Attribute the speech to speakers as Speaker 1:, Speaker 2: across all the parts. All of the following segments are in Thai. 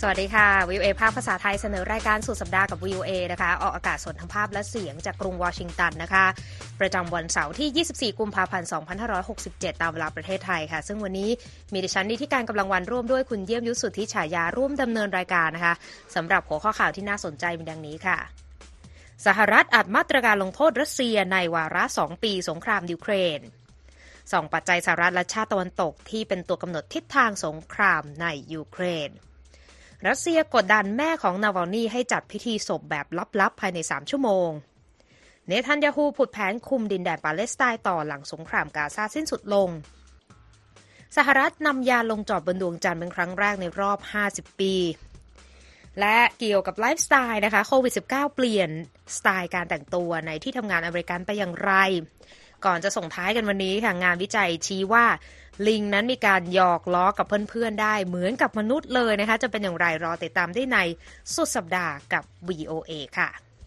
Speaker 1: สวัสดีค่ะ VOA ภาคภาษาไทยเสนอรายการสุดสัปดาห์กับ VOA นะคะออกอากาศสดทั้งภาพและเสียงจากกรุงวอชิงตันนะคะประจำวันเสาร์ที่ 24 กุมภาพันธ์ 2567 ตามเวลาประเทศไทยค่ะซึ่งวันนี้มีดิฉันนิติการกำลังวันร่วมด้วยคุณเยี่ยมยุทธสุทธิฉายาร่วมดำเนินรายการนะคะสำหรับหัวข้อข่าวที่น่าสนใจมีดังนี้ค่ะสหรัฐอัดมาตรการลงโทษรัสเซียในวาระ 2 ปีสงครามยูเครน2 ปัจจัยสหรัฐและชาติตะวันตกที่เป็นตัวกำหนดทิศทางสงครามในยูเครนรัสเซียกดดันแม่ของนาวาลนีให้จัดพิธีศพแบบลับๆภายใน3 ชั่วโมงเนทันยาฮูผุดแผนคุมดินแดนปาเลสไตน์ต่อหลังสงครามกาซาสิ้นสุดลงสหรัฐนำยานลงจอดบนดวงจันทร์เป็นครั้งแรกในรอบ50 ปีและเกี่ยวกับไลฟ์สไตล์นะคะโควิด -19 เปลี่ยนสไตล์การแต่งตัวในที่ทำงานอเมริกันไปอย่างไรก่อนจะส่งท้ายกันวันนี้ค่ะงานวิจัยชี้ว่าลิงนั้นมีการหยอกล้อกับเพื่อนๆได้เหมือนกับมนุษย์เลยนะคะจะเป็นอย่างไรรอติดตามได้ในสุดสัปดาห์กับ VOA ค่ะ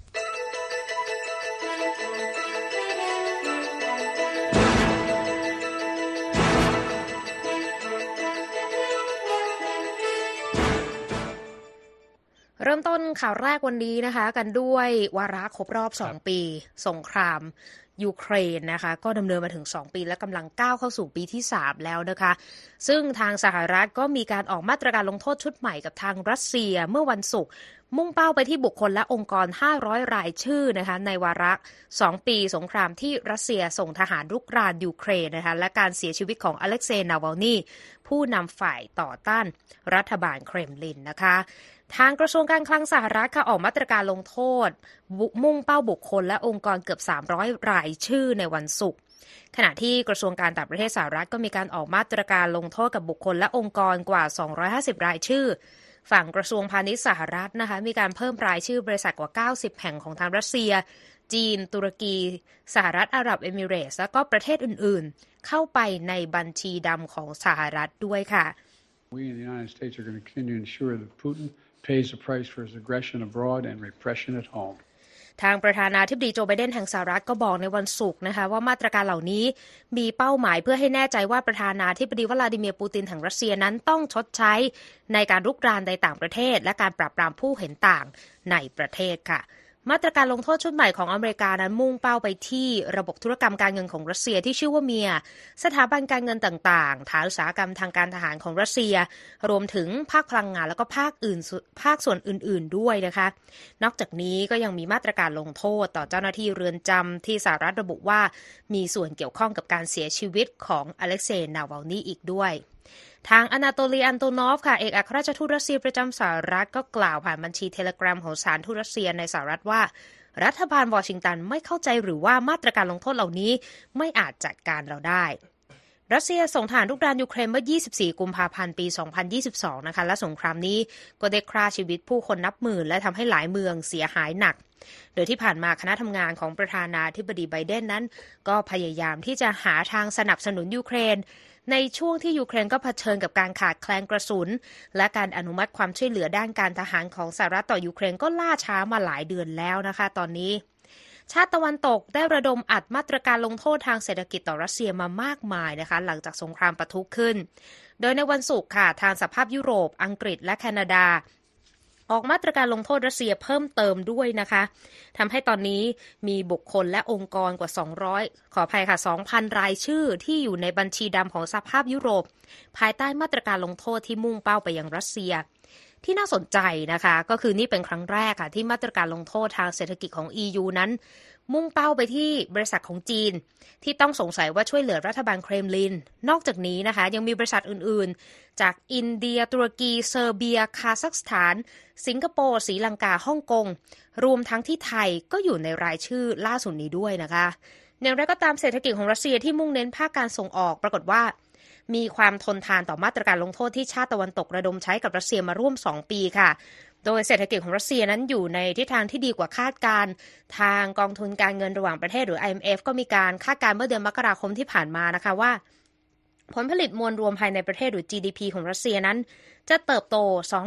Speaker 1: เริ่มต้นข่าวแรกวันนี้นะคะกันด้วยวาระครบรอบ2 ปีสงครามยูเครนนะคะก็ดำเนินมาถึง2 ปีและกำลังก้าวเข้าสู่ปีที่3แล้วนะคะซึ่งทางสหรัฐก็มีการออกมาตรการลงโทษชุดใหม่กับทางรัสเซียเมื่อวันศุกร์มุ่งเป้าไปที่บุคคลและองค์กร500 รายชื่อนะคะในวาระ2 ปีสงครามที่รัสเซียส่งทหารรุกรานยูเครนนะคะและการเสียชีวิตของอเล็กเซย์นาวาลนีผู้นำฝ่ายต่อต้านรัฐบาลเครมลินนะคะทางกระทรวงการคลังสหรัฐค่ะออกมาตรการลงโทษมุ่งเป้าบุคคลและองค์กรเกือบ300 รายชื่อในวันศุกร์ขณะที่กระทรวงการต่างประเทศสหรัฐก็มีการออกมาตรการลงโทษกับบุคคลและองค์กรกว่า250 รายชื่อฝั่งกระทรวงพาณิชย์สหรัฐนะคะมีการเพิ่มรายชื่อบริษัทกว่า90 แห่งของทางรัสเซียจีนตุรกีสหรัฐอาหรับเอมิเรตส์และก็ประเทศอื่นๆเข้าไปในบัญชีดำของสหรัฐด้วยค่ะ
Speaker 2: We in the United States are going to continue to ensure that Putin pays the price for his aggression abroad and repression at home.
Speaker 1: ทางประธานาธิบดีโจไบเดนแห่งสหรัฐก็บอกในวันศุกร์นะคะว่ามาตรการเหล่านี้มีเป้าหมายเพื่อให้แน่ใจว่าประธานาธิบดีวลาดิเมียร์ปูตินแห่งรัสเซียนั้นต้องชดใช้ในการรุกรานในต่างประเทศและการปราบปรามผู้เห็นต่างในประเทศค่ะมาตรการลงโทษชุดใหม่ของอเมริกานั้นมุ่งเป้าไปที่ระบบธุรกรรมการเงินของรัสเซียที่ชื่อว่าเมียสถาบันการเงินต่างๆฐานอุตสาหกรรมทางการทหารของรัสเซียรวมถึงภาคพลังงานแล้วก็ภาคส่วนอื่นๆด้วยนะคะนอกจากนี้ก็ยังมีมาตรการลงโทษต่อเจ้าหน้าที่เรือนจำที่สหรัฐระบุว่ามีส่วนเกี่ยวข้องกับการเสียชีวิตของอเล็กเซย์นาวาลนีอีกด้วยทางอนาโตลี อันโตนอฟค่ะเอกอัครราชทูตรัสเซียประจำสหรัฐก็กล่าวผ่านบัญชีเทเลกราฟของสถานทูตรัสเซียในสหรัฐว่ารัฐบาลวอชิงตันไม่เข้าใจหรือว่ามาตรการลงโทษเหล่านี้ไม่อาจจัดการเราได้รัสเซียส่งทหารรุกรานยูเครนเมื่อ24 กุมภาพันธ์ ปี 2022 นะคะและสงครามนี้ก็ได้ฆ่าชีวิตผู้คนนับหมื่นและทำให้หลายเมืองเสียหายหนักโดยที่ผ่านมาคณะทำงานของประธานาธิบดีไบเดนนั้นก็พยายามที่จะหาทางสนับสนุนยูเครนในช่วงที่ยูเครนก็เผชิญกับการขาดแคลนกระสุนและการอนุมัติความช่วยเหลือด้านการทหารของสหรัฐต่อยูเครนก็ล่าช้ามาหลายเดือนแล้วนะคะตอนนี้ชาติตะวันตกได้ระดมอัดมาตรการลงโทษทางเศรษฐกิจต่อรัสเซียมามากมายนะคะหลังจากสงครามปะทุขึ้นโดยในวันศุกร์ค่ะทางสหภาพยุโรปอังกฤษและแคนาดาออกมาตรการลงโทษรัสเซียเพิ่มเติมด้วยนะคะทำให้ตอนนี้มีบุคคลและองค์กรกว่า200ขออภัยค่ะ 2,000 รายชื่อที่อยู่ในบัญชีดำของสหภาพยุโรปภายใต้มาตรการลงโทษที่มุ่งเป้าไปยังรัสเซียที่น่าสนใจนะคะก็คือนี่เป็นครั้งแรกค่ะที่มาตรการลงโทษทางเศรษฐกิจของ EU นั้นมุ่งเป้าไปที่บริษัทของจีนที่ต้องสงสัยว่าช่วยเหลือรัฐบาลเครมลินนอกจากนี้นะคะยังมีบริษัทอื่นๆจากอินเดียตุรกีเซอร์เบียคาซัคสถานสิงคโปร์ศรีลังกาฮ่องกงรวมทั้งที่ไทยก็อยู่ในรายชื่อล่าสุดนี้ด้วยนะคะอย่างไรก็ตามเศรษฐกิจของรัสเซียที่มุ่งเน้นภาคการส่งออกปรากฏว่ามีความทนทานต่อมาตรการลงโทษที่ชาติตะวันตกระดมใช้กับรัสเซียมาร่วม2 ปีค่ะโดยเศรษฐกิจของรัสเซียนั้นอยู่ในทิศทางที่ดีกว่าคาดการทางกองทุนการเงินระหว่างประเทศหรือ IMF ก็มีการคาดการเมื่อเดือนมกราคมที่ผ่านมานะคะว่าผลผลิตมวลรวมภายในประเทศหรือ GDP ของรัสเซียนั้นจะเติบโต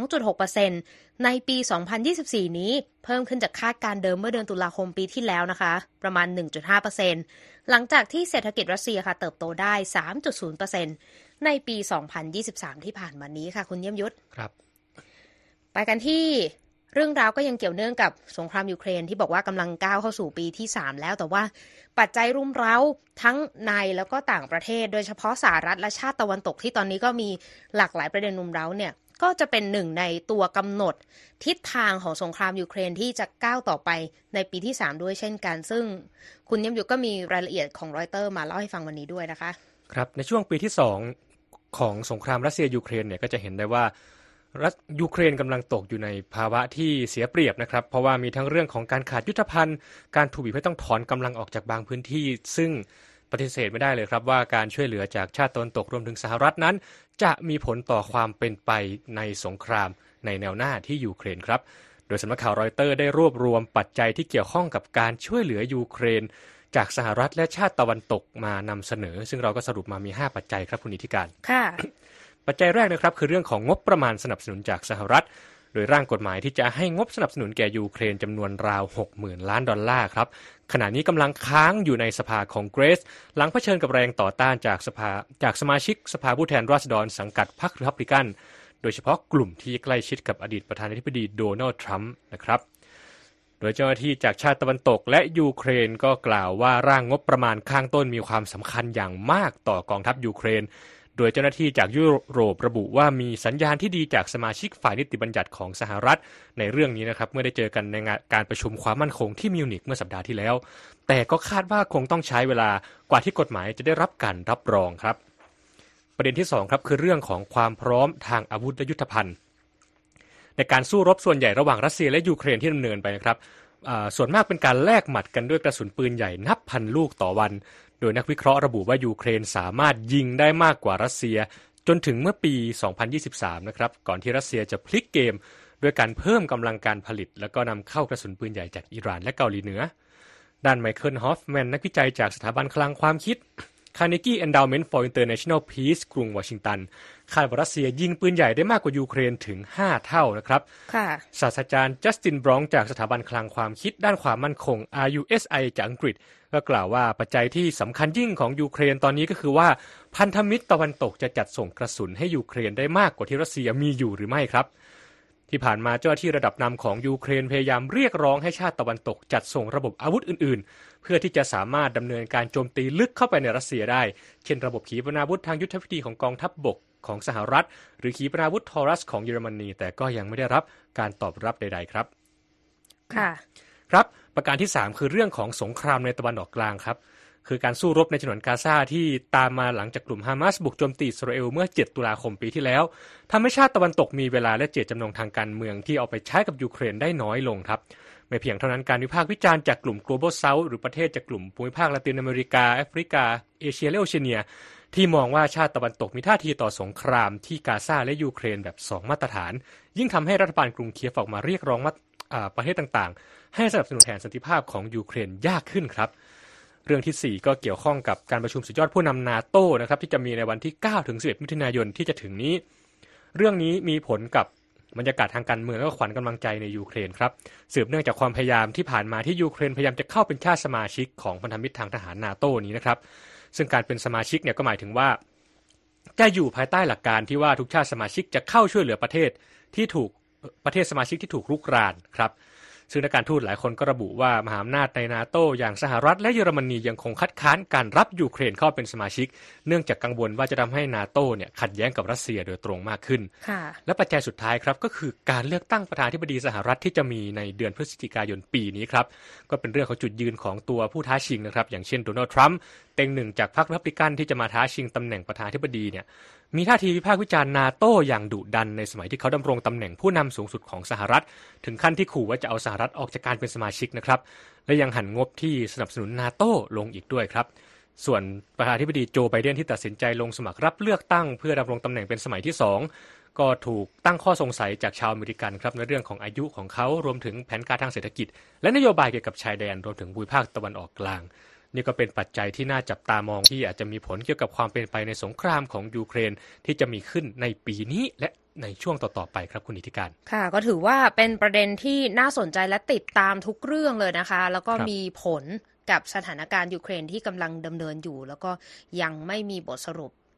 Speaker 1: 2.6% ในปี 2024 นี้เพิ่มขึ้นจากคาดการเดิมเมื่อเดือนตุลาคมปีที่แล้วนะคะประมาณ 1.5% หลังจากที่เศรษฐกิจรัสเซียค่ะเติบโตได้ 3.0% ในปี 2023 ที่ผ่านมานี้ค่ะคุณเยี่ยมยุทธ
Speaker 3: ครับ
Speaker 1: ไปกันที่เรื่องราวก็ยังเกี่ยวเนื่องกับสงครามยูเครนที่บอกว่ากำลังก้าวเข้าสู่ปีที่3แล้วแต่ว่าปัจจัยรุมเร้าทั้งในแล้วก็ต่างประเทศโดยเฉพาะสหรัฐและชาติตะวันตกที่ตอนนี้ก็มีหลากหลายประเด็นรุมเร้าเนี่ยก็จะเป็นหนึ่งในตัวกำหนดทิศทางของสงครามยูเครนที่จะก้าวต่อไปในปีที่3ด้วยเช่นกันซึ่งคุณยมยุก็มีรายละเอียดของรอยเตอร์มาเล่าให้ฟังวันนี้ด้วยนะคะ
Speaker 3: ครับในช่วงปีที่2ของสงครามรัสเซียยูเครนเนี่ยก็จะเห็นได้ว่ายูเครนกำลังตกอยู่ในภาวะที่เสียเปรียบนะครับเพราะว่ามีทั้งเรื่องของการขาดยุทธภัณฑ์การถูกบีบให้ต้องถอนกำลังออกจากบางพื้นที่ซึ่งปฏิเสธไม่ได้เลยครับว่าการช่วยเหลือจากชาติตะวันตกรวมถึงสหรัฐนั้นจะมีผลต่อความเป็นไปในสงครามในแนวหน้าที่ยูเครนครับโดยสำนักข่าวรอยเตอร์ได้รวบรวมปัจจัยที่เกี่ยวข้องกับการช่วยเหลือยูเครนจากสหรัฐและชาติตะวันตกมานำเสนอซึ่งเราก็สรุปมามี5ปัจจัยครับคุณนิติการ
Speaker 1: ค่ะ
Speaker 3: ปัจจัยแรกนะครับคือเรื่องของงบประมาณสนับสนุนจากสหรัฐโดยร่างกฎหมายที่จะให้งบสนับสนุนแก่ยูเครนจำนวนราว 60,000 ล้านดอลลาร์ครับขณะนี้กำลังค้างอยู่ในสภาคองเกรสหลังเผชิญกับแรงต่อต้านจากสมาชิกสภาผู้แทนราษฎรสังกัดพรรครีพับลิกันโดยเฉพาะกลุ่มที่ใกล้ชิดกับอดีตประธานาธิบดีโดนัลด์ทรัมป์นะครับโดยเจ้าหน้าที่จากชาติตะวันตกและยูเครนก็กล่าวว่าร่างงบประมาณข้างต้นมีความสำคัญอย่างมากต่อกองทัพยูเครนโดยเจ้าหน้าที่จากยุโรประบุว่ามีสัญญาณที่ดีจากสมาชิกฝ่ายนิติบัญญัติของสหรัฐในเรื่องนี้นะครับเมื่อได้เจอกันในการประชุมความมั่นคงที่มิวนิกเมื่อสัปดาห์ที่แล้วแต่ก็คาดว่าคงต้องใช้เวลากว่าที่กฎหมายจะได้รับการรับรองครับประเด็นที่2ครับคือเรื่องของความพร้อมทางอาวุธและยุทธภัณฑ์ในการสู้รบส่วนใหญ่ระหว่างรัสเซียและยูเครนที่ดำเนินไปนะครับส่วนมากเป็นการแลกหมัดกันด้วยกระสุนปืนใหญ่นับพันลูกต่อวันโดยนักวิเคราะห์ระบุว่ายูเครนสามารถยิงได้มากกว่ารัสเซียจนถึงเมื่อปี 2023 นะครับก่อนที่รัสเซียจะพลิกเกมด้วยการเพิ่มกำลังการผลิตและก็นำเข้ากระสุนปืนใหญ่จากอิหร่านและเกาหลีเหนือด้านไมเคิลฮอฟแมนนักวิจัยจากสถาบันคลังความคิด Carnegie Endowment for International Peace กรุงวอชิงตันคาดว่ารัสเซียยิงปืนใหญ่ได้มากกว่ายูเครนถึง5เท่านะครับศาสตราจารย์จัสตินบรองจากสถาบันคลังความคิดด้านความมั่นคง RUSI จากอังกฤษก็กล่าวว่าปัจจัยที่สำคัญยิ่งของยูเครนตอนนี้ก็คือว่าพันธมิตรตะวันตกจะจัดส่งกระสุนให้ยูเครนได้มากกว่าที่รัสเซียมีอยู่หรือไม่ครับที่ผ่านมาเจ้าหน้าที่ระดับนำของยูเครนพยายามเรียกร้องให้ชาติตะวันตกจัดส่งระบบอาวุธอื่นๆเพื่อที่จะสามารถดำเนินการโจมตีลึกเข้าไปในรัสเซียได้เช่นระบบขีปนาวุธทางยุทธวิธีของกองทัพบกของสหรัฐหรือขีปนาวุธทอรัสของเยอรมนีแต่ก็ยังไม่ได้รับการตอบรับใดๆครับ
Speaker 1: ค่ะ
Speaker 3: ครับประการที่3คือเรื่องของสงครามในตะวันออกกลางครับคือการสู้รบในฉนวนกาซาที่ตามมาหลังจากกลุ่มฮามาสบุกโจมตีอิสราเอลเมื่อ7ตุลาคมปีที่แล้วทำให้ชาติตะวันตกมีเวลาและเจตจำนงทางการเมืองที่เอาไปใช้กับยูเครนได้น้อยลงครับไม่เพียงเท่านั้นการวิพากษ์วิจารณ์จากกลุ่ม Global South หรือประเทศจากกลุ่มภูมิภาคละตินอเมริกาแอฟริกาเอเชียและโอเชียเนียที่มองว่าชาติตะวันตกมีท่าทีต่อสงครามที่กาซาและยูเครนแบบ2มาตรฐานยิ่งทำให้รัฐบาลกรุงเคียฟออกมาเรียกร้องประเทศต่างๆให้สนับสนุนแผนสันติภาพของยูเครนยากขึ้นครับเรื่องที่4ก็เกี่ยวข้องกับการประชุมสุดยอดผู้นำนาโต้นะครับที่จะมีในวันที่9ถึง11มิถุนายนที่จะถึงนี้เรื่องนี้มีผลกับบรรยากาศทางการเมืองและขวัญกำลังใจในยูเครนครับสืบเนื่องจากความพยายามที่ผ่านมาที่ยูเครนพยายามจะเข้าเป็นชาติสมาชิกของพันธมิตรทางทหารนาโต้นี้นะครับซึ่งการเป็นสมาชิกเนี่ยก็หมายถึงว่าจะอยู่ภายใต้หลักการที่ว่าทุกชาติสมาชิกจะเข้าช่วยเหลือประเทศสมาชิกที่ถูกรุกรานครับซึ่งนักการทูตหลายคนก็ระบุว่ามหาอำนาจในนาโต้อย่างสหรัฐและเยอรมนียังคงคัดค้านการรับยูเครนเข้าเป็นสมาชิกเนื่องจากกังวลว่าจะทำให้นาโต้เนี่ยขัดแย้งกับรัสเซียโดยตรงมากขึ้นและปัจจัยสุดท้ายครับก็คือการเลือกตั้งประธานาธิบดีสหรัฐที่จะมีในเดือนพฤศจิกายนปีนี้ครับก็เป็นเรื่องของจุดยืนของตัวผู้ท้าชิงนะครับอย่างเช่นโดนัลด์ทรัมป์เต็งหนึ่งจากพรรครีพับลิกันที่จะมาท้าชิงตำแหน่งประธานาธิบดีเนี่ยมีท่าทีวิพากษ์วิจารณ์นาโต้อย่างดุดันในสมัยที่เขาดำรงตำแหน่งผู้นำสูงสุดของสหรัฐถึงขั้นที่ขู่ว่าจะเอาสหรัฐออกจากการเป็นสมาชิกนะครับและยังหันงบที่สนับสนุนนาโต้ลงอีกด้วยครับส่วนประธานาธิบดีโจไบเดนที่ตัดสินใจลงสมัครรับเลือกตั้งเพื่อดำรงตำแหน่งเป็นสมัยที่2ก็ถูกตั้งข้อสงสัยจากชาวอเมริกันครับในเรื่องของอายุของเขารวมถึงแผนการทางเศรษฐกิจและนโยบายเกี่ยวกับชายแดนรวมถึงภูมิภาคตะวันออกกลางนี่ก็เป็นปัจจัยที่น่าจับตามองที่อาจจะมีผลเกี่ยวกับความเป็นไปในสงครามของยูเครนที่จะมีขึ้นในปีนี้และในช่วงต่อๆไปครับคุณนิติการ
Speaker 1: ค่ะก็ถือว่าเป็นประเด็นที่น่าสนใจและติดตามทุกเรื่องเลยนะคะแล้วก็มีผลกับสถานการณ์ยูเครนที่กำลังดำเนินอยู่แล้วก็ยังไม่มีบทสรุป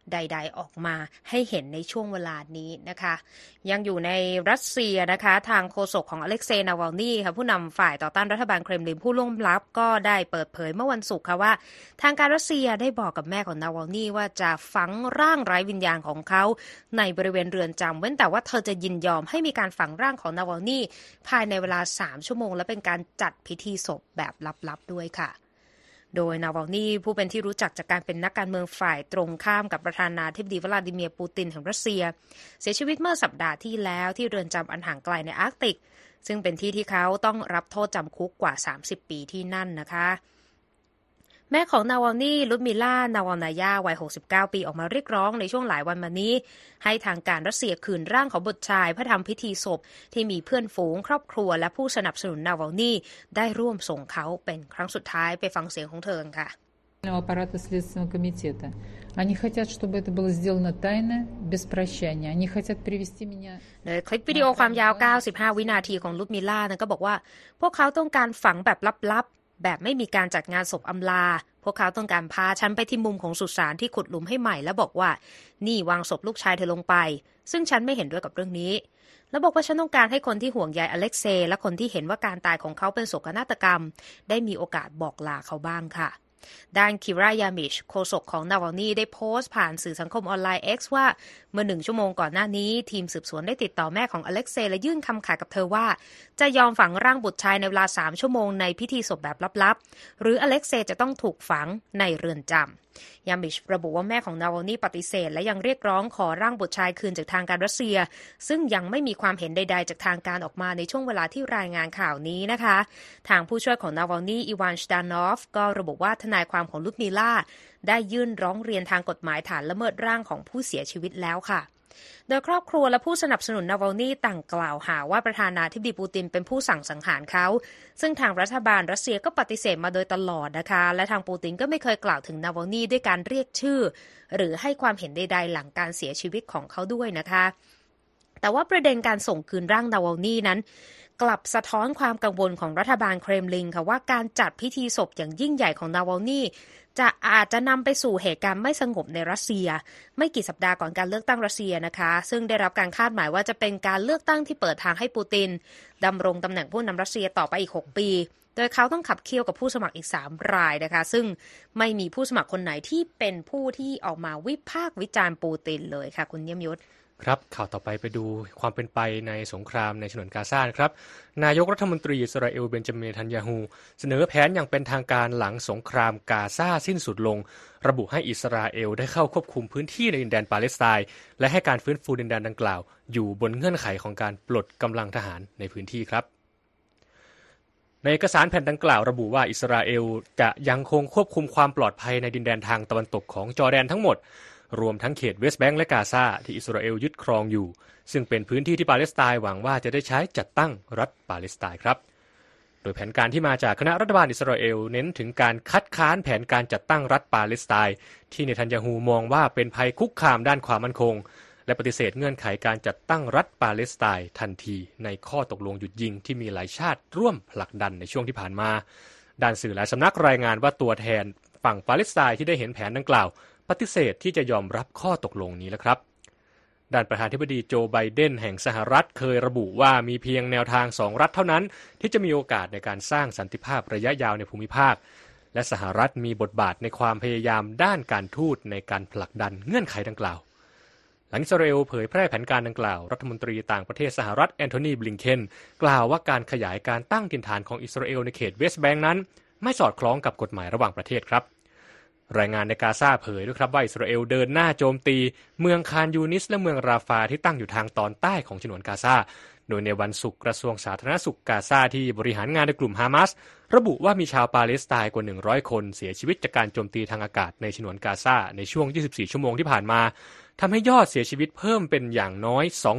Speaker 1: ใดๆออกมาให้เห็นในช่วงเวลานี้นะคะยังอยู่ในรัสเซียนะคะทางโฆษกของอเล็กเซย์ นาวาลนีค่ะผู้นำฝ่ายต่อต้านรัฐบาลเครมลินผู้ล่วงลับก็ได้เปิดเผยเมื่อวันศุกร์ค่ะว่าทางการรัสเซียได้บอกกับแม่ของนาวาลนีว่าจะฝังร่างไร้วิญญาณของเขาในบริเวณเรือนจำเว้นแต่ว่าเธอจะยินยอมให้มีการฝังร่างของนาวาลนีภายในเวลา3 ชั่วโมงและเป็นการจัดพิธีศพแบบลับๆด้วยค่ะโดยนาวาลนีผู้เป็นที่รู้จักจากการเป็นนักการเมืองฝ่ายตรงข้ามกับประธานาธิบดีวลาดิเมียร์ปูตินแห่งรัสเซียเสียชีวิตเมื่อสัปดาห์ที่แล้วที่เรือนจำอันห่างไกลในอาร์กติกซึ่งเป็นที่ที่เขาต้องรับโทษจำคุกกว่า30 ปีที่นั่นนะคะแม่ของนาวาลนีลุดมิล่านาวาลนายาวัย69 ปีออกมาเรียกร้องในช่วงหลายวันมานี้ให้ทางการรัสเซียคืนร่างของบุตรชายเพื่อทำพิธีศพที่มีเพื่อนฝูงครอบครัวและผู้สนับสนุนนาวาลนีได้ร่วมส่งเขาเป็นครั้งสุดท้ายไปฟังเสียงของเธอค่ะ
Speaker 4: аппарата Следственного комитета. Они хотят, чтобы это было сделано тайно, без прощания. Они хотят привести меня...
Speaker 1: โดยคลิปวิดีโอความยาว95 วินาทีของลุดมิล่านั้นก็บอกว่าพวกเขาต้องการฝังแบบลับๆแบบไม่มีการจัดงานศพอำลาพวกเขาต้องการพาฉันไปที่มุมของสุสานที่ขุดหลุมให้ใหม่แล้วบอกว่านี่วางศพลูกชายเธอลงไปซึ่งฉันไม่เห็นด้วยกับเรื่องนี้แล้วบอกว่าฉันต้องการให้คนที่ห่วงใยอเล็กเซย์และคนที่เห็นว่าการตายของเขาเป็นโศกนาฏกรรมได้มีโอกาสบอกลาเขาบ้างค่ะด้านคิรายามิชโฆษกของนาวาลนีได้โพสต์ผ่านสื่อสังคมออนไลน์ X ว่าเมื่อ1 ชั่วโมงก่อนหน้านี้ทีมสืบสวนได้ติดต่อแม่ของอเล็กเซย์และยื่นคำขาดกับเธอว่าจะยอมฝังร่างบุตรชายในเวลา3 ชั่วโมงในพิธีศพแบบลับๆหรืออเล็กเซย์จะต้องถูกฝังในเรือนจำยามิชระบุว่าแม่ของนาวาลนีปฏิเสธและยังเรียกร้องขอร่างบุตรชายคืนจากทางการรัสเซียซึ่งยังไม่มีความเห็นใดๆจากทางการออกมาในช่วงเวลาที่รายงานข่าวนี้นะคะทางผู้ช่วยของนาวาลนีอีวานสตานอฟก็ระบุว่าทนายความของลุดมิล่าได้ยื่นร้องเรียนทางกฎหมายฐานละเมิดร่างของผู้เสียชีวิตแล้วค่ะโดยครอบครัวและผู้สนับสนุนนาวาลนีต่างกล่าวหาว่าประธานาธิบดีปูตินเป็นผู้สั่งสังหารเขาซึ่งทางรัฐบาลรัสเซียก็ปฏิเสธมาโดยตลอดนะคะและทางปูตินก็ไม่เคยกล่าวถึงนาวาลนีด้วยการเรียกชื่อหรือให้ความเห็นใดๆหลังการเสียชีวิตของเขาด้วยนะคะแต่ว่าประเด็นการส่งคืนร่างนาวาลนีนั้นกลับสะท้อนความกังวลของรัฐบาลเครมลินค่ะว่าการจัดพิธีศพอย่างยิ่งใหญ่ของนาวาลนีอาจจะนำไปสู่เหตุการณ์ไม่สงบในรัสเซียไม่กี่สัปดาห์ก่อนการเลือกตั้งรัสเซียนะคะซึ่งได้รับการคาดหมายว่าจะเป็นการเลือกตั้งที่เปิดทางให้ปูตินดำรงตำแหน่งผู้นำรัสเซียต่อไปอีก6 ปีโดยเขาต้องขับเคี่ยวกับผู้สมัครอีก3 รายนะคะซึ่งไม่มีผู้สมัครคนไหนที่เป็นผู้ที่ออกมาวิพากษ์วิจารณ์ปูตินเลยค่ะคุณเยี่ยมยศ
Speaker 3: ครับข่าวต่อไปดูความเป็นไปในสงครามในฉนวนกาซาครับนายกรัฐมนตรีอิสราเอลเบนจามิน เนทันยาฮูเสนอแผนอย่างเป็นทางการหลังสงครามกาซาสิ้นสุดลงระบุให้อิสราเอลได้เข้าควบคุมพื้นที่ในดินแดนปาเลสไตน์และให้การฟื้นฟูดินแดนดังกล่าวอยู่บนเงื่อนไขของการปลดกำลังทหารในพื้นที่ครับในเอกสารแผ่นดังกล่าวระบุว่าอิสราเอลจะยังคงควบคุมความปลอดภัยในดินแดนทางตะวันตกของจอร์แดนทั้งหมดรวมทั้งเขตเวสต์แบงก์และกาซาที่อิสราเอลยึดครองอยู่ซึ่งเป็นพื้นที่ที่ปาเลสไตน์หวังว่าจะได้ใช้จัดตั้งรัฐปาเลสไตน์ครับโดยแผนการที่มาจากคณะรัฐบาลอิสราเอลเน้นถึงการคัดค้านแผนการจัดตั้งรัฐปาเลสไตน์ที่เนทันยาฮูมองว่าเป็นภัยคุกคามด้านความมั่นคงและปฏิเสธเงื่อนไขการจัดตั้งรัฐปาเลสไตน์ทันทีในข้อตกลงหยุดยิงที่มีหลายชาติร่วมผลักดันในช่วงที่ผ่านมาด้านสื่อหลายสำนักรายงานว่าตัวแทนฝั่งปาเลสไตน์ที่ได้เห็นแผนดังกล่าวปฏิเสธที่จะยอมรับข้อตกลงนี้แล้วครับด้านประธานาธิบดีโจไบเดนแห่งสหรัฐเคยระบุว่ามีเพียงแนวทาง2 รัฐเท่านั้นที่จะมีโอกาสในการสร้างสันติภาพระยะยาวในภูมิภาคและสหรัฐมีบทบาทในความพยายามด้านการทูตในการผลักดันเงื่อนไขดังกล่าวหลังอิสราเอลเผยแพร่แผนการดังกล่าวรัฐมนตรีต่างประเทศสหรัฐแอนโทนีบลิงเคนกล่าวว่าการขยายการตั้งถิ่นฐานของอิสราเอลในเขตเวสต์แบงก์นั้นไม่สอดคล้องกับกฎหมายระหว่างประเทศครับรายงานในกาซาเผยด้วยครับว่าอิสราเอลเดินหน้าโจมตีเมืองคานยูนิสและเมืองราฟาที่ตั้งอยู่ทางตอนใต้ของฉนวนกาซาโดยในวันศุกร์กระทรวงสาธารณสุขกาซาที่บริหารงานในกลุ่มฮามาสระบุว่ามีชาวปาเลสไตน์กว่า100 คนเสียชีวิตจากการโจมตีทางอากาศในฉนวนกาซาในช่วง24 ชั่วโมงที่ผ่านมาทำให้ยอดเสียชีวิตเพิ่มเป็นอย่างน้อย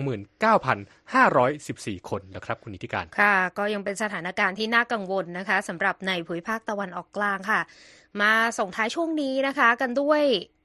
Speaker 3: 29,514 คนนะครับคุณนิติการ
Speaker 1: ค่ะก็ยังเป็นสถานการณ์ที่น่ากังวลนะคะสำหรับในภูมิภาคตะวันออกกลางค่ะมาส่งท้ายช่วงนี้นะคะกันด้วย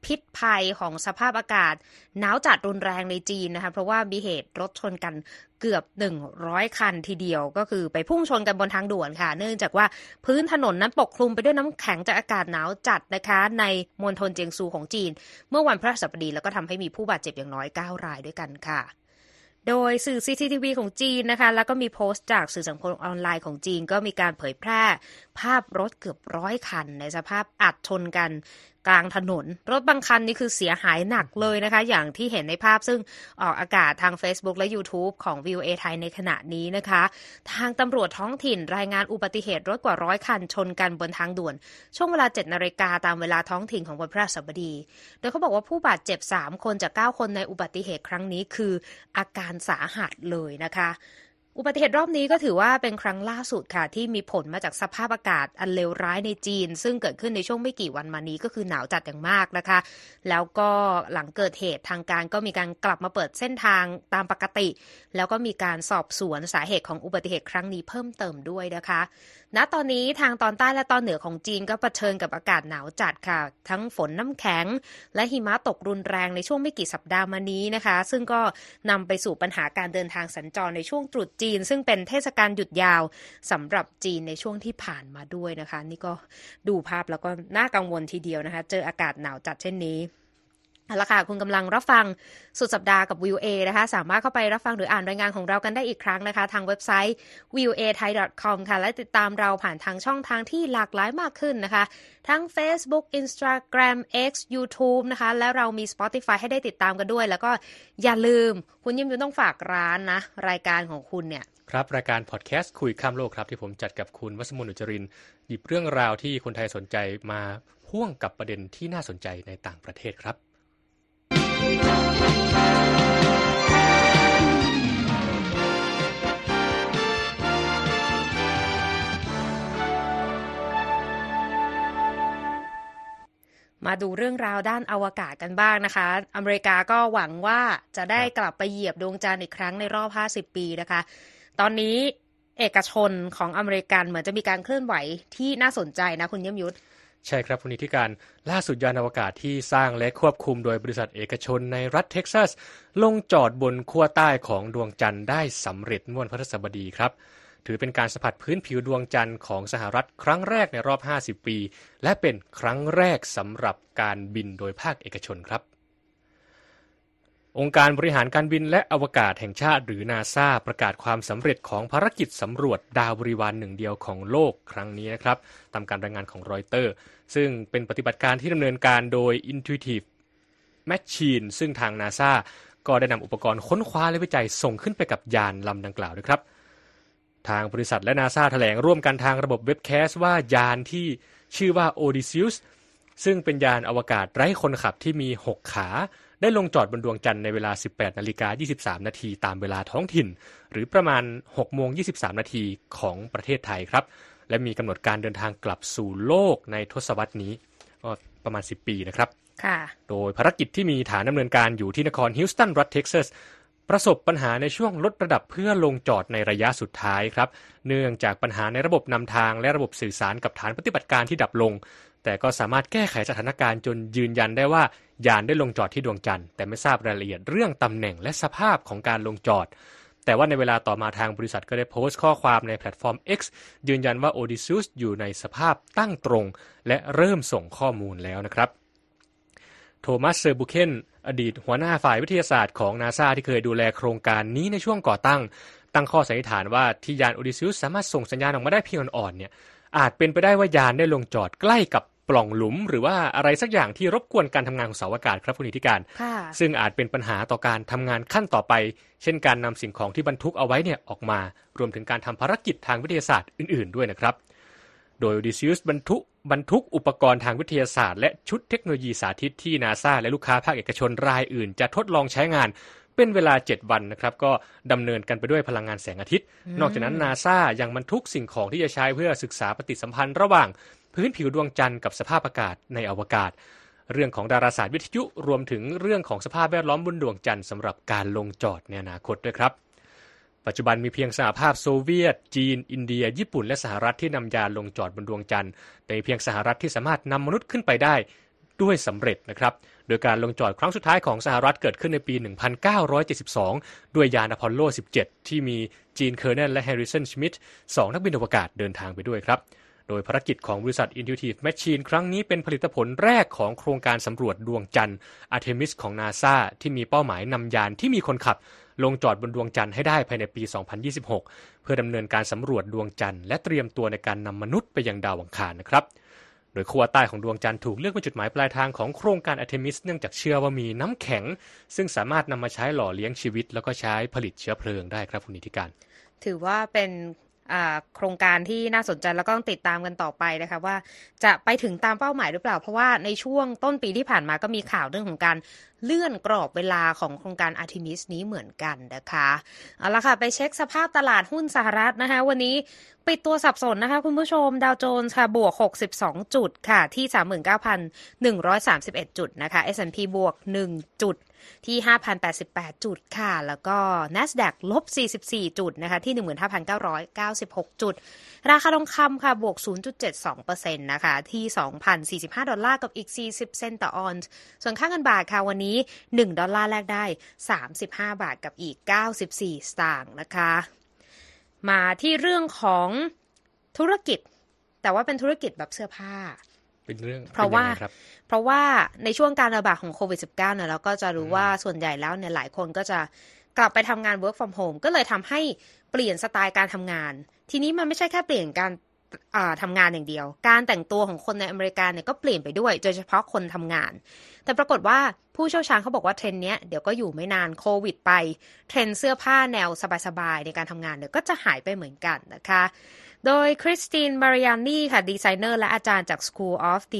Speaker 1: พิษภัยของสภาพอากาศหนาวจัดรุนแรงในจีนนะคะเพราะว่ามีเหตุรถชนกันเกือบ100คันทีเดียวก็คือไปพุ่งชนกันบนทางด่วนค่ะเนื่องจากว่าพื้นถนนนั้นปกคลุมไปด้วยน้ำแข็งจากอากาศหนาวจัดนะคะในมณฑลเจียงซูของจีนเมื่อวันพฤหัสบดีแล้วก็ทำให้มีผู้บาดเจ็บอย่างน้อย9รายด้วยกันค่ะโดยสื่อ CCTV ของจีนนะคะแล้วก็มีโพสต์จากสื่อสังคมออนไลน์ของจีนก็มีการเผยแพร่ภาพรถเกือบ100คันในสภาพอัดชนกันกลางถนนรถบางคันนี่คือเสียหายหนักเลยนะคะอย่างที่เห็นในภาพซึ่งออกอากาศทาง Facebook และ YouTube ของ VOA ไทยในขณะนี้นะคะทางตำรวจท้องถิ่นรายงานอุบัติเหตุรถกว่า100คันชนกันบนทางด่วนช่วงเวลา 7:00 นตามเวลาท้องถิ่นของวันพฤหัสบดีโดยเขาบอกว่าผู้บาดเจ็บ3คนจาก9คนในอุบัติเหตุครั้งนี้คืออาการสาหัสเลยนะคะอุบัติเหตุรอบนี้ก็ถือว่าเป็นครั้งล่าสุดค่ะที่มีผลมาจากสภาพอากาศอันเลวร้ายในจีนซึ่งเกิดขึ้นในช่วงไม่กี่วันมานี้ก็คือหนาวจัดอย่างมากนะคะแล้วก็หลังเกิดเหตุทางการก็มีการกลับมาเปิดเส้นทางตามปกติแล้วก็มีการสอบสวนสาเหตุของอุบัติเหตุครั้งนี้เพิ่มเติมด้วยนะคะณตอนนี้ทางตอนใต้และตอนเหนือของจีนก็เผชิญกับอากาศหนาวจัดค่ะทั้งฝนน้ำแข็งและหิมะตกรุนแรงในช่วงไม่กี่สัปดาห์มานี้นะคะซึ่งก็นำไปสู่ปัญหาการเดินทางสัญจรในช่วงตรุษจีนซึ่งเป็นเทศกาลหยุดยาวสำหรับจีนในช่วงที่ผ่านมาด้วยนะคะนี่ก็ดูภาพแล้วก็น่ากังวลทีเดียวนะคะเจออากาศหนาวจัดเช่นนี้เอาละค่ะคุณกำลังรับฟังสุดสัปดาห์กับ VOA นะคะสามารถเข้าไปรับฟังหรืออ่านรายงานของเรากันได้อีกครั้งนะคะทางเว็บไซต์ voathai.com ค่ะและติดตามเราผ่านทางช่องทางที่หลากหลายมากขึ้นนะคะทั้ง Facebook Instagram X YouTube นะคะแล้วเรามี Spotify ให้ได้ติดตามกันด้วยแล้วก็อย่าลืมคุณยิ้มต้องฝากร้านนะรายการของคุณเนี่ย
Speaker 3: ครับรายการพอดแคสต์คุยข้ามโลกครับที่ผมจัดกับคุณวัสมน อุจจรินหยิบเรื่องราวที่คนไทยสนใจมาพ่วงกับประเด็นที่น่าสนใจในต่างประเทศครับ
Speaker 1: มาดูเรื่องราวด้านอวกาศกันบ้างนะคะอเมริกาก็หวังว่าจะได้กลับไปเหยียบดวงจันทร์อีกครั้งในรอบ50ปีนะคะตอนนี้เอกชนของอเมริกันเหมือนจะมีการเคลื่อนไหวที่น่าสนใจนะคุณเยี่ยมยุทธ
Speaker 3: ใช่ครับคุณนิติการล่าสุดยานอวกาศที่สร้างและควบคุมโดยบริษัทเอกชนในรัฐเท็กซัสลงจอดบนขั้วใต้ของดวงจันทร์ได้สำเร็จเมื่อวันพฤหัสบดีครับถือเป็นการสัมผัสพื้นผิวดวงจันทร์ของสหรัฐครั้งแรกในรอบ50ปีและเป็นครั้งแรกสำหรับการบินโดยภาคเอกชนครับองค์การบริหารการบินและอวกาศแห่งชาติหรือ NASA ประกาศความสำเร็จของภารกิจสำรวจดาวบริวารหนึ่งเดียวของโลกครั้งนี้นะครับตามการรายงานของรอยเตอร์ซึ่งเป็นปฏิบัติการที่ดำเนินการโดย Intuitive Machine ซึ่งทาง NASA ก็ได้นำอุปกรณ์ค้นคว้าและวิจัยส่งขึ้นไปกับยานลำดังกล่าวด้วยครับทางบริษัทและ NASA แถลงร่วมกันทางระบบเว็บแคสต์ว่ายานที่ชื่อว่า Odysseus ซึ่งเป็นยานอวกาศไร้คนขับที่มี6ขาได้ลงจอดบนดวงจันทร์ในเวลา 18:23 นาทีตามเวลาท้องถิ่นหรือประมาณ 6:23 นาทีของประเทศไทยครับและมีกำหนดการเดินทางกลับสู่โลกในทศวรรษนี้ก็ประมาณ10ปีนะครับโดยภารกิจที่มีฐานดำเนินการอยู่ที่นครฮิวสตันรัฐเท็กซัสประสบปัญหาในช่วงลดระดับเพื่อลงจอดในระยะสุดท้ายครับเนื่องจากปัญหาในระบบนำทางและระบบสื่อสารกับฐานปฏิบัติการที่ดับลงแต่ก็สามารถแก้ไขสถานการณ์จนยืนยันได้ว่ายานได้ลงจอดที่ดวงจันทร์แต่ไม่ทราบรายละเอียดเรื่องตำแหน่งและสภาพของการลงจอดแต่ว่าในเวลาต่อมาทางบริษัทก็ได้โพสต์ข้อความในแพลตฟอร์ม X ยืนยันว่า Odysseus อยู่ในสภาพตั้งตรงและเริ่มส่งข้อมูลแล้วนะครับโทมัส เซอร์บุเคนอดีตหัวหน้าฝ่ายวิทยาศาสตร์ของ NASA ที่เคยดูแลโครงการนี้ในช่วงก่อตั้งข้อสันนิษฐานว่าที่ยาน Odysseus สามารถส่งสัญญาณออกมาได้เพียงอ่อนๆเนี่ยอาจเป็นไปได้ว่ายานได้ลงจอดใกล้กับปล่องหลุมหรือว่าอะไรสักอย่างที่รบกวนการทำงานของเสาอากาศครับคุณนิติการซึ่งอาจเป็นปัญหาต่อการทำงานขั้นต่อไปเช่นการนำสิ่งของที่บรรทุกเอาไว้เนี่ยออกมารวมถึงการทำภารกิจทางวิทยาศาสตร์อื่นๆด้วยนะครับโดย Odysseus บรรทุกอุปกรณ์ทางวิทยาศาสตร์และชุดเทคโนโลยีสาธิตที่ NASA และลูกค้าภาคเอกชนรายอื่นจะทดลองใช้งานเป็นเวลา7วันนะครับก็ดำเนินกันไปด้วยพลังงานแสงอาทิตย์นอกจากนั้น NASA ยังบรรทุกสิ่งของที่จะใช้เพื่อศึกษาปฏิสัมพันธ์ระหว่างพื้นผิวดวงจันทร์กับสภาพอากาศในอวกาศเรื่องของดาราศาสตร์วิทยุรวมถึงเรื่องของสภาพแวดล้อมบนดวงจันทร์สำหรับการลงจอดในอนาคตด้วยครับปัจจุบันมีเพียงสหภาพโซเวียตจีนอินเดียญี่ปุ่นและสหรัฐที่นำยานลงจอดบนดวงจันทร์แต่เพียงสหรัฐที่สามารถนำมนุษย์ขึ้นไปได้ด้วยสำเร็จนะครับโดยการลงจอดครั้งสุดท้ายของสหรัฐเกิดขึ้นในปี 1972 ด้วยยานอพอลโล 17 ที่มีจีนเคอร์เนลและแฮร์ริสัน ชมิดต์2นักบินอวกาศเดินทางไปด้วยครับโดยภารกิจของบริษัท Intuitive Machines ครั้งนี้เป็นผลิตผลแรกของโครงการสำรวจดวงจันทร์ Artemis ของ NASA ที่มีเป้าหมายนำยานที่มีคนขับลงจอดบนดวงจันทร์ให้ได้ภายในปี 2026 เพื่อดำเนินการสำรวจดวงจันทร์และเตรียมตัวในการนำมนุษย์ไปยังดาวอังคารนะครับโดยขั้วใต้ของดวงจันทร์ถูกเลือกเป็นจุดหมายปลายทางของโครงการ Artemis เนื่องจากเชื่อว่ามีน้ำแข็งซึ่งสามารถนำมาใช้หล่อเลี้ยงชีวิตแล้วก็ใช้ผลิตเชื้อเพลิงได้ครับคุณนิติการ
Speaker 1: ถือว่าเป็นโครงการที่น่าสนใจแล้วก็ต้องติดตามกันต่อไปนะคะว่าจะไปถึงตามเป้าหมายหรือเปล่าเพราะว่าในช่วงต้นปีที่ผ่านมาก็มีข่าวเรื่องของการเลื่อนกรอบเวลาของโครงการ Artemis นี้เหมือนกันนะคะเอาละค่ะไปเช็คสภาพตลาดหุ้นสหรัฐนะคะวันนี้ปิดตัวสับสนนะคะคุณผู้ชมดาวโจนส์ค่ะบวก62จุดค่ะที่ 39,131 จุดนะคะ S&P บวก1จุดที่ 5,088 จุดค่ะแล้วก็ NASDAQ ลบ44จุดนะคะที่ 15,996 จุดราคาทองคำค่ะบวก 0.72% นะคะที่$2,045กับอีก40เซนต์ต่อออนซ์ส่วนค่าเงินบาทค่ะวันนี้$1แลกได้35บาทกับอีก94สตางค์นะคะมาที่เรื่องของธุรกิจแต่ว่าเป็นธุรกิจแบบเสื้อผ้า
Speaker 3: เป็นเรื่อง
Speaker 1: เพราะว่าในช่วงการระบาดของโควิด -19 เนี่ยเราก็จะรู้ว่าส่วนใหญ่แล้วเนี่ยหลายคนก็จะกลับไปทำงาน work from home ก็เลยทำให้เปลี่ยนสไตล์การทำงานทีนี้มันไม่ใช่แค่เปลี่ยนการทำงานอย่างเดียวการแต่งตัวของคนในอเมริกาเนี่ยก็เปลี่ยนไปด้วยโดยเฉพาะคนทำงานแต่ปรากฏว่าผู้เชี่ยวชาญเขาบอกว่าเทรนด์เนี้ยเดี๋ยวก็อยู่ไม่นานโควิดไปเทรนด์เสื้อผ้าแนวสบายๆในการทำงานเดี๋ยวก็จะหายไปเหมือนกันนะคะโดยคริสติน มาริยานีค่ะดีไซเนอร์และอาจารย์จาก School of the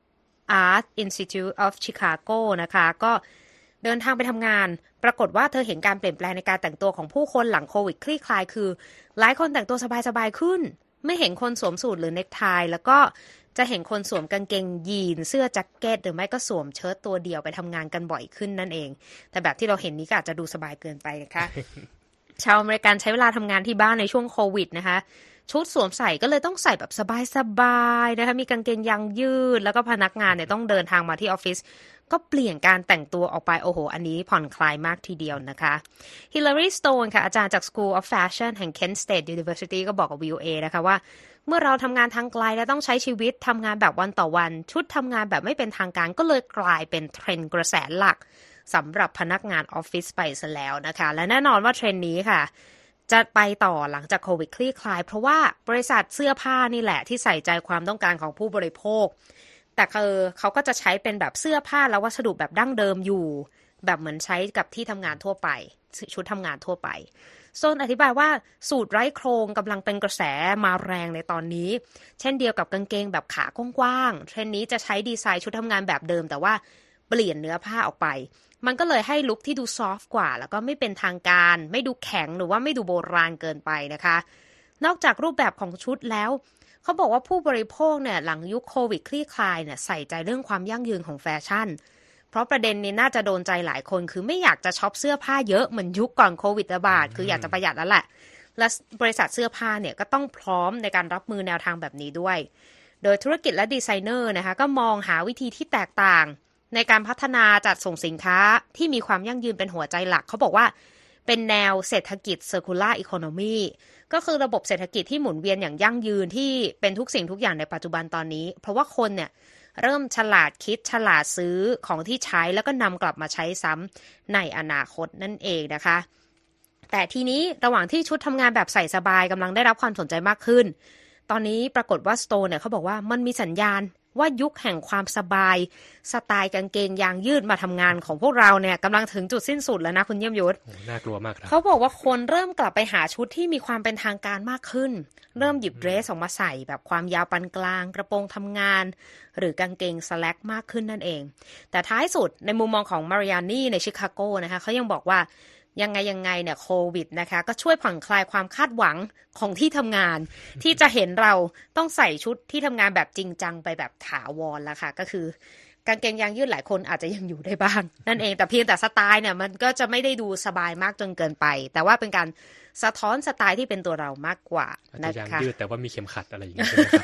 Speaker 1: Art Institute of Chicago นะคะก็เดินทางไปทำงานปรากฏว่าเธอเห็นการเปลี่ยนแปลงในการแต่งตัวของผู้คนหลังโควิดคลี่คลายคือหลายคนแต่งตัวสบายๆขึ้นไม่เห็นคนสวมสูทหรือเนคไทแล้วก็จะเห็นคนสวมกางเกงยีนเสื้อแจ็คเก็ตหรือไม่ก็สวมเชิ้ตตัวเดียวไปทำงานกันบ่อยขึ้นนั่นเองแต่แบบที่เราเห็นนี้ก็อาจจะดูสบายเกินไปนะคะ ชาวอเมริกันใช้เวลาทำงานที่บ้านในช่วงโควิดนะคะชุดสวมใส่ก็เลยต้องใส่แบบสบายๆนะคะมีกางเกงยางยืดแล้วก็พนักงานเนี่ยต้องเดินทางมาที่ออฟฟิศก็เปลี่ยนการแต่งตัวออกไปโอ้โหอันนี้ผ่อนคลายมากทีเดียวนะคะฮิลลารีสโตนค่ะอาจารย์จาก School of Fashion แห่ง Kent State University ก็บอกกับ VOA นะคะว่าเมื่อเราทำงานทางไกลและต้องใช้ชีวิตทำงานแบบวันต่อวันชุดทำงานแบบไม่เป็นทางการก็เลยกลายเป็นเทรนด์กระแสหลักสำหรับพนักงานออฟฟิศไปซะแล้วนะคะและแน่นอนว่าเทรนด์นี้ค่ะจะไปต่อหลังจากโควิดคลี่คลายเพราะว่าบริษัทเสื้อผ้านี่แหละที่ใส่ใจความต้องการของผู้บริโภคแต่เขาก็จะใช้เป็นแบบเสื้อผ้าและวัสดุแบบดั้งเดิมอยู่แบบเหมือนใช้กับที่ทำงานทั่วไปชุดทำงานทั่วไปโซนอธิบายว่าสูทไร้โครงกำลังเป็นกระแสมาแรงในตอนนี้เช่นเดียวกับกางเกงแบบขากว้างๆเทรนด์นี้จะใช้ดีไซน์ชุดทำงานแบบเดิมแต่ว่าเปลี่ยนเนื้อผ้าออกไปมันก็เลยให้ลุคที่ดูซอฟต์กว่าแล้วก็ไม่เป็นทางการไม่ดูแข็งหรือว่าไม่ดูโบราณเกินไปนะคะนอกจากรูปแบบของชุดแล้วเขาบอกว่าผู้บริโภคเนี่ยหลังยุคโควิดคลี่คลายเนี่ยใส่ใจเรื่องความยั่งยืนของแฟชั่นเพราะประเด็นนี้น่าจะโดนใจหลายคนคือไม่อยากจะช็อปเสื้อผ้าเยอะเหมือนยุคก่อนโควิดระบาดคืออยากจะประหยัดแล้วแหละและบริษัทเสื้อผ้าเนี่ยก็ต้องพร้อมในการรับมือแนวทางแบบนี้ด้วยโดยธุรกิจและดีไซเนอร์นะคะก็มองหาวิธีที่แตกต่างในการพัฒนาจัดส่งสินค้าที่มีความยั่งยืนเป็นหัวใจหลักเขาบอกว่าเป็นแนวเศรษฐกิจ Circular Economy ก็คือระบบเศรษฐกิจที่หมุนเวียนอย่างยั่งยืนที่เป็นทุกสิ่งทุกอย่างในปัจจุบันตอนนี้เพราะว่าคนเนี่ยเริ่มฉลาดคิดฉลาดซื้อของที่ใช้แล้วก็นำกลับมาใช้ซ้ำในอนาคตนั่นเองนะคะแต่ทีนี้ระหว่างที่ชุดทำงานแบบใส่สบายกำลังได้รับความสนใจมากขึ้นตอนนี้ปรากฏว่าสโตนเนี่ยเขาบอกว่ามันมีสัญญาณว่ายุคแห่งความสบายสไตล์กางเกงยางยืดมาทำงานของพวกเราเนี่ยกำลังถึงจุดสิ้นสุดแล้วนะคุณเยี่ยมยศ
Speaker 3: น่ากลัวมากครับ
Speaker 1: เขาบอกว่าคนเริ่มกลับไปหาชุดที่มีความเป็นทางการมากขึ้นเริ่มหยิบเดรสออกมาใส่แบบความยาวปานกลางกระโปรงทำงานหรือกางเกงสแล็กมากขึ้นนั่นเองแต่ท้ายสุดในมุมมองของมาริยานีในชิคาโกนะคะเขายังบอกว่ายังไงเนี่ยโควิดนะคะก็ช่วยผ่อนคลายความคาดหวังของที่ทำงานที่จะเห็นเราต้องใส่ชุดที่ทำงานแบบจริงจังไปแบบถาวรแล้วค่ะก็คือกางเกงยางยืดหลายคนอาจจะยังอยู่ได้บ้างนั่นเองแต่เพียงแต่สไตล์เนี่ยมันก็จะไม่ได้ดูสบายมากจนเกินไปแต่ว่าเป็นการสะท้อนสไตล์ที่เป็นตัวเรามากกว่า
Speaker 3: นะคะยางยืดแต่ว่ามีเข็มขัดอะไรอย่างเงี้ยใช่ไหมครับ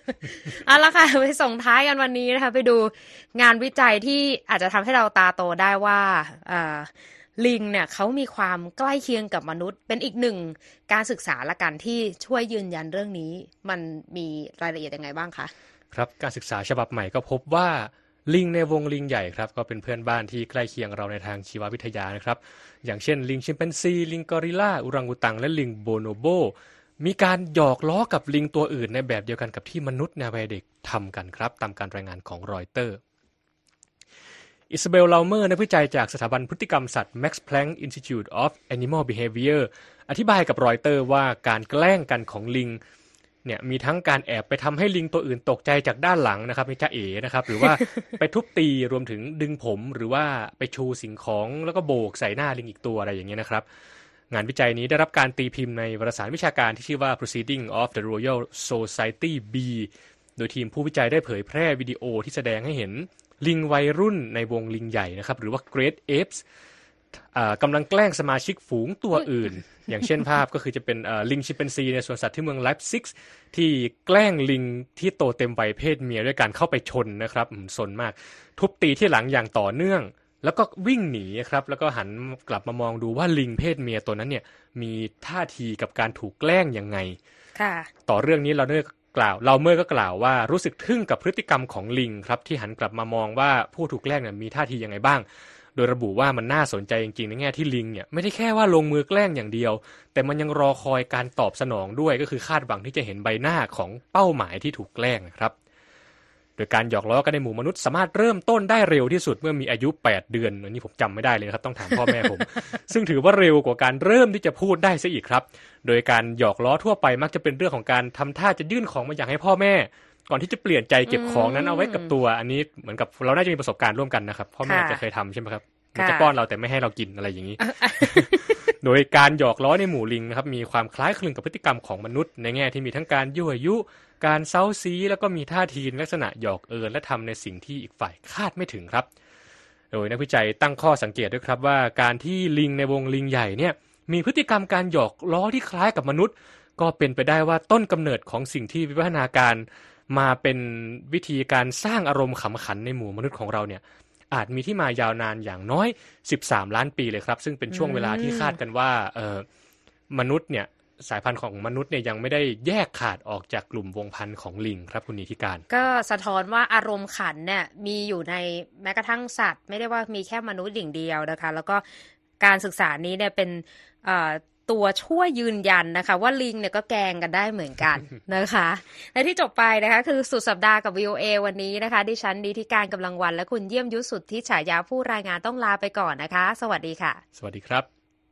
Speaker 1: เอาละค่ะไปส่งท้ายกันวันนี้นะคะไปดูงานวิจัยที่อาจจะทำให้เราตาโตได้ว่าลิงเนี่ยเขามีความใกล้เคียงกับมนุษย์เป็นอีกหนึ่งการศึกษาละกันที่ช่วยยืนยันเรื่องนี้มันมีรายละเอียดยังไงบ้างคะ
Speaker 3: ครับการศึกษาฉบับใหม่ก็พบว่าลิงในวงลิงใหญ่ครับก็เป็นเพื่อนบ้านที่ใกล้เคียงเราในทางชีววิทยานะครับอย่างเช่นลิงชิมแปนซีลิงกอริลลาอุรังอุตังและลิงโบโนโบมีการหยอกล้อกับลิงตัวอื่นในแบบเดียวกันกับที่มนุษย์ในวัยเด็กทำกันครับตามการรายงานของรอยเตอร์อิซาเบล ลาวเมอร์นักวิจัยจากสถาบันพฤติกรรมสัตว์ Max Planck Institute of Animal Behavior อธิบายกับรอยเตอร์ว่าการแกล้งกันของลิงเนี่ยมีทั้งการแอบไปทำให้ลิงตัวอื่นตกใจจากด้านหลังนะครับนี่จ๊ะเอ๋นะครับหรือว่าไปทุบตีรวมถึงดึงผมหรือว่าไปชูสิ่งของแล้วก็โบกใส่หน้าลิงอีกตัวอะไรอย่างเงี้ยนะครับงานวิจัยนี้ได้รับการตีพิมพ์ในวารสารวิชาการที่ชื่อว่า Proceedings of the Royal Society B โดยทีมผู้วิจัยได้เผยแพร่วิดีโอที่แสดงให้เห็นลิงวัยรุ่นในวงลิงใหญ่นะครับหรือว่า Great Apes กำลังแกล้งสมาชิกฝูงตัวอื่น อย่างเช่นภาพก็คือจะเป็นลิงชิมแปนซีในสวนสัตว์ที่เมืองไลป์ซิกที่แกล้งลิงที่โตเต็มวัยเพศเมียด้วยการเข้าไปชนนะครับสนมากทุบตีที่หลังอย่างต่อเนื่องแล้วก็วิ่งหนีครับแล้วก็หันกลับมามองดูว่าลิงเพศเมียตัวนั้นเนี่ยมีท่าทีกับการถูกแกล้งยังไงต่อเรื่องนี้เราเมื่อก็กล่าวว่ารู้สึกทึ่งกับพฤติกรรมของลิงครับที่หันกลับมามองว่าผู้ถูกแกล้งเนี่ยมีท่าทียังไงบ้างโดยระบุว่ามันน่าสนใจจริงๆในแง่ที่ลิงเนี่ยไม่ได้แค่ว่าลงมือแกล้งอย่างเดียวแต่มันยังรอคอยการตอบสนองด้วยก็คือคาดหวังที่จะเห็นใบหน้าของเป้าหมายที่ถูกแกล้งนะครับโดยการหยอกล้อกันในหมู่มนุษย์สามารถเริ่มต้นได้เร็วที่สุดเมื่อมีอายุ8 เดือนอันนี้ผมจำไม่ได้เลยนะครับต้องถามพ่อแม่ผม ซึ่งถือว่าเร็วกว่าการเริ่มที่จะพูดได้ซะอีกครับโดยการหยอกล้อทั่วไปมักจะเป็นเรื่องของการทำท่าจะยื่นของมาอยากให้พ่อแม่ก่อนที่จะเปลี่ยนใจเก็บของนั้นเอาไว้กับตัวอันนี้เหมือนกับเราน่าจะมีประสบการณ์ร่วมกันนะครับพ่อแม่จะเคยทำใช่ไหมครับมันจะป้อนเราแต่ไม่ให้เรากินอะไรอย่างนี้ โดยการหยอกล้อในหมู่ลิงนะครับมีความคล้ายคลึงกับพฤติกรรมของมนุษย์ในแง่ที่มีทั้งการยั่วยุการเซ้าซี้แล้วก็มีท่าทีลักษณะหยอกเอิญและทำในสิ่งที่อีกฝ่ายคาดไม่ถึงครับโดยนักวิจัยตั้งข้อสังเกตด้วยครับว่าการที่ลิงในวงลิงใหญ่เนี่ยมีพฤติกรรมการหยอกล้อที่คล้ายกับมนุษย์ก็เป็นไปได้ว่าต้นกำเนิดของสิ่งที่วิวัฒนาการมาเป็นวิธีการสร้างอารมณ์ขำขันในหมู่มนุษย์ของเราเนี่ยอาจมีที่มายาวนานอย่างน้อย13 ล้านปีเลยครับซึ่งเป็นช่วงเวลาที่คาดกันว่ามนุษย์เนี่ยสายพันธุ์ของมนุษย์เนี่ยยังไม่ได้แยกขาดออกจากกลุ่มวงพันธุ์ของลิงครับคุณนิติการ
Speaker 1: ก็สะท้อนว่าอารมณ์ขันเนี่ยมีอยู่ในแม้กระทั่งสัตว์ไม่ได้ว่ามีแค่มนุษย์อย่างเดียวนะคะแล้วก็การศึกษานี้เนี่ยเป็นตัวช่วยยืนยันนะคะว่าลิงเนี่ยก็แกล้งกันได้เหมือนกัน นะคะและที่จบไปนะคะคือสุดสัปดาห์กับ VOA วันนี้นะคะดิฉันนิติการกำลังวันและคุณเยี่ยมยุทธสุทธิฉายาผู้รายงานต้องลาไปก่อนนะคะสวัสดีค่ะ
Speaker 3: สวัสดีครับ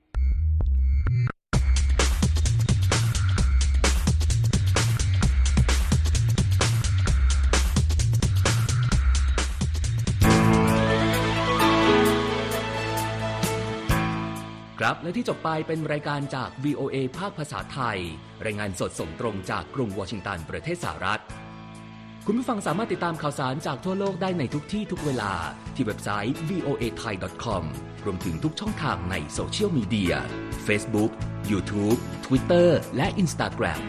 Speaker 5: ครับและที่จบไปเป็นรายการจาก VOA ภาคภาษาไทยรายงานสดส่งตรงจากกรุงวอชิงตันประเทศสหรัฐคุณผู้ฟังสามารถติดตามข่าวสารจากทั่วโลกได้ในทุกที่ทุกเวลาที่เว็บไซต์ voathai.com รวมถึงทุกช่องทางในโซเชียลมีเดีย Facebook, YouTube, Twitter และ Instagram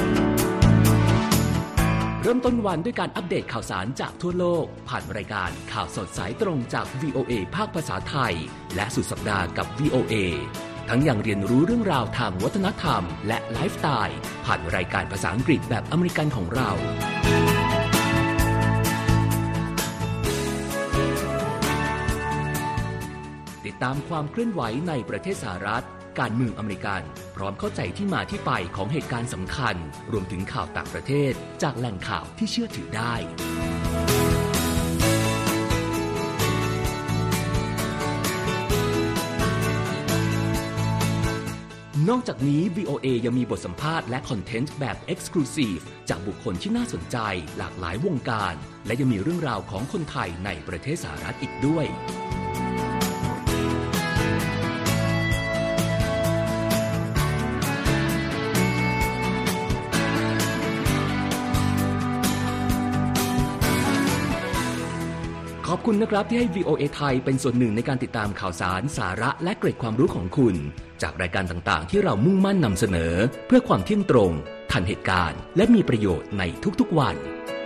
Speaker 5: เริ่มต้นวันด้วยการอัปเดตข่าวสารจากทั่วโลกผ่านรายการข่าวสดสายตรงจาก VOA ภาคภาษาไทยและสุดสัปดาห์กับ VOA ทั้งยังเรียนรู้เรื่องราวทางวัฒนธรรมและไลฟ์สไตล์ผ่านรายการภาษาอังกฤษแบบอเมริกันของเราติดตามความเคลื่อนไหวในประเทศสหรัฐการเมืองอเมริกันพร้อมเข้าใจที่มาที่ไปของเหตุการณ์สำคัญรวมถึงข่าวต่างประเทศจากแหล่งข่าวที่เชื่อถือได้นอกจากนี้ VOA ยังมีบทสัมภาษณ์และคอนเทนต์แบบ Exclusive จากบุคคลที่น่าสนใจหลากหลายวงการและยังมีเรื่องราวของคนไทยในประเทศสหรัฐอีกด้วยขอบคุณนะครับที่ให้ VOA ไทยเป็นส่วนหนึ่งในการติดตามข่าวสารสาระและเกร็ดความรู้ของคุณจากรายการต่างๆที่เรามุ่งมั่นนำเสนอเพื่อความเที่ยงตรงทันเหตุการณ์และมีประโยชน์ในทุกๆวัน